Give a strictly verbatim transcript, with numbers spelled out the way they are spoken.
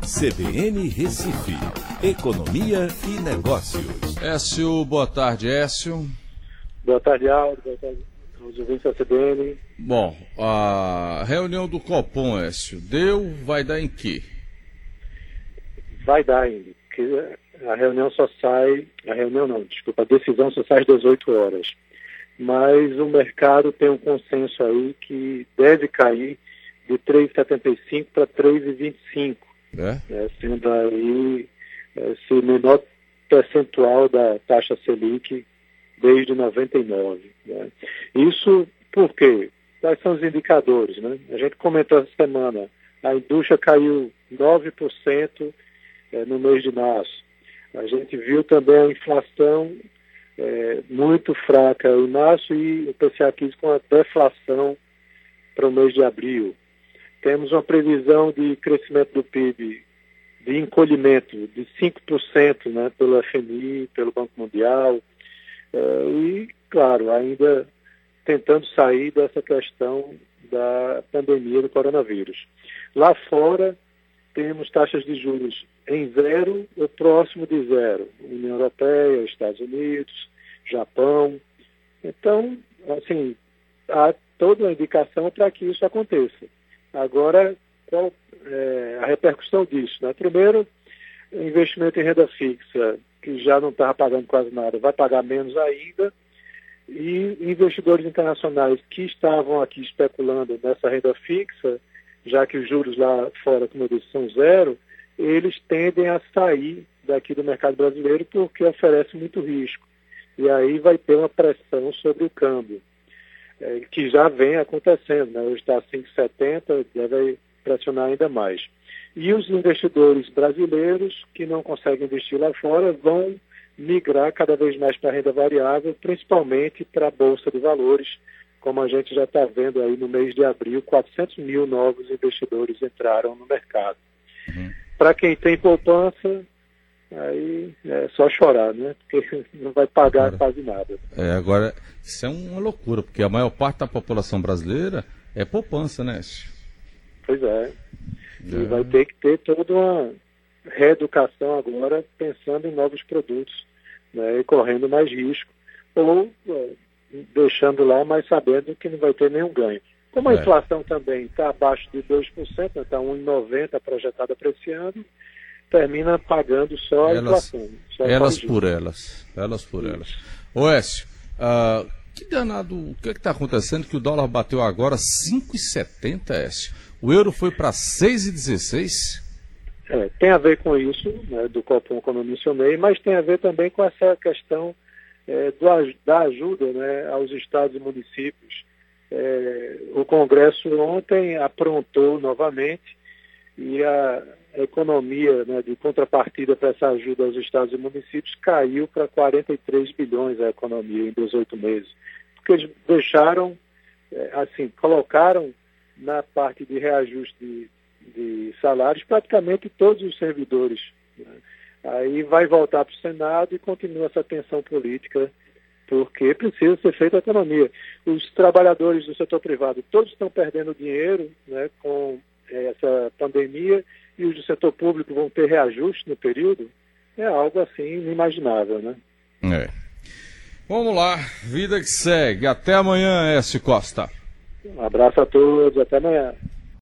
C B N Recife, Economia e Negócios. Écio, boa tarde, Écio. Boa tarde, Aldo. Boa tarde aos ouvintes da C B N. Bom, a reunião do Copom, Écio, deu, vai dar em quê? Vai dar ainda, porque a reunião só sai, a reunião não, desculpa, a decisão só sai às dezoito horas. Mas o mercado tem um consenso aí que deve cair de três vírgula setenta e cinco para três vírgula vinte e cinco, É? né, sendo aí esse menor percentual da taxa Selic desde noventa e nove. Né. Isso por quê? Quais são os indicadores? Né? A gente comentou essa semana, a indústria caiu nove por cento é, no mês de março. A gente viu também a inflação é, muito fraca em março e o P C A quinze com a deflação para o mês de abril. Temos uma previsão de crescimento do P I B, de encolhimento de cinco por cento, né, pelo F M I, pelo Banco Mundial, é, e, claro, ainda tentando sair dessa questão da pandemia do coronavírus. Lá fora, temos taxas de juros em zero ou próximo de zero. União Europeia, Estados Unidos, Japão. Então, assim, há toda uma indicação para que isso aconteça. Agora, qual é a repercussão disso? Né? Primeiro, investimento em renda fixa, que já não estava pagando quase nada, vai pagar menos ainda. E investidores internacionais que estavam aqui especulando nessa renda fixa, já que os juros lá fora, como eu disse, são zero, eles tendem a sair daqui do mercado brasileiro porque oferece muito risco. E aí vai ter uma pressão sobre o câmbio, é, que já vem acontecendo, né? Hoje está a cinco vírgula setenta, deve pressionar ainda mais. E os investidores brasileiros que não conseguem investir lá fora vão migrar cada vez mais para a renda variável, principalmente para a Bolsa de Valores, como a gente já está vendo aí no mês de abril, quatrocentos mil novos investidores entraram no mercado. Uhum. Para quem tem poupança, aí é só chorar, né? Porque não vai pagar agora, quase nada. É, agora, isso é uma loucura, porque a maior parte da população brasileira é poupança, né? Pois é. é. E vai ter que ter toda uma reeducação agora, pensando em novos produtos, né? E correndo mais risco. Ou é, deixando lá, mas sabendo que não vai ter nenhum ganho. Como a é. inflação também está abaixo de dois por cento, está um vírgula noventa por cento projetada para esse ano, termina pagando só a elas, inflação. Só elas por elas. Elas por Isso. elas. Ô Écio, uh, que danado, o que é está acontecendo que o dólar bateu agora cinco vírgula setenta, Écio? O euro foi para seis vírgula dezesseis? É, tem a ver com isso, né, do Copom, como eu mencionei, mas tem a ver também com essa questão é, do, da ajuda, né, aos estados e municípios. É, o Congresso ontem aprontou novamente e a, a economia, né, de contrapartida para essa ajuda aos estados e municípios caiu para quarenta e três bilhões a economia em dezoito meses. Porque eles deixaram, é, assim, colocaram na parte de reajuste de, de salários praticamente todos os servidores, né? Aí vai voltar para o Senado e continua essa tensão política, porque precisa ser feita a economia. Os trabalhadores do setor privado todos estão perdendo dinheiro, né, com essa pandemia, e os do setor público vão ter reajuste no período. É algo assim inimaginável, né? É. Vamos lá, vida que segue. Até amanhã, Écio Costa. Um abraço a todos, até amanhã.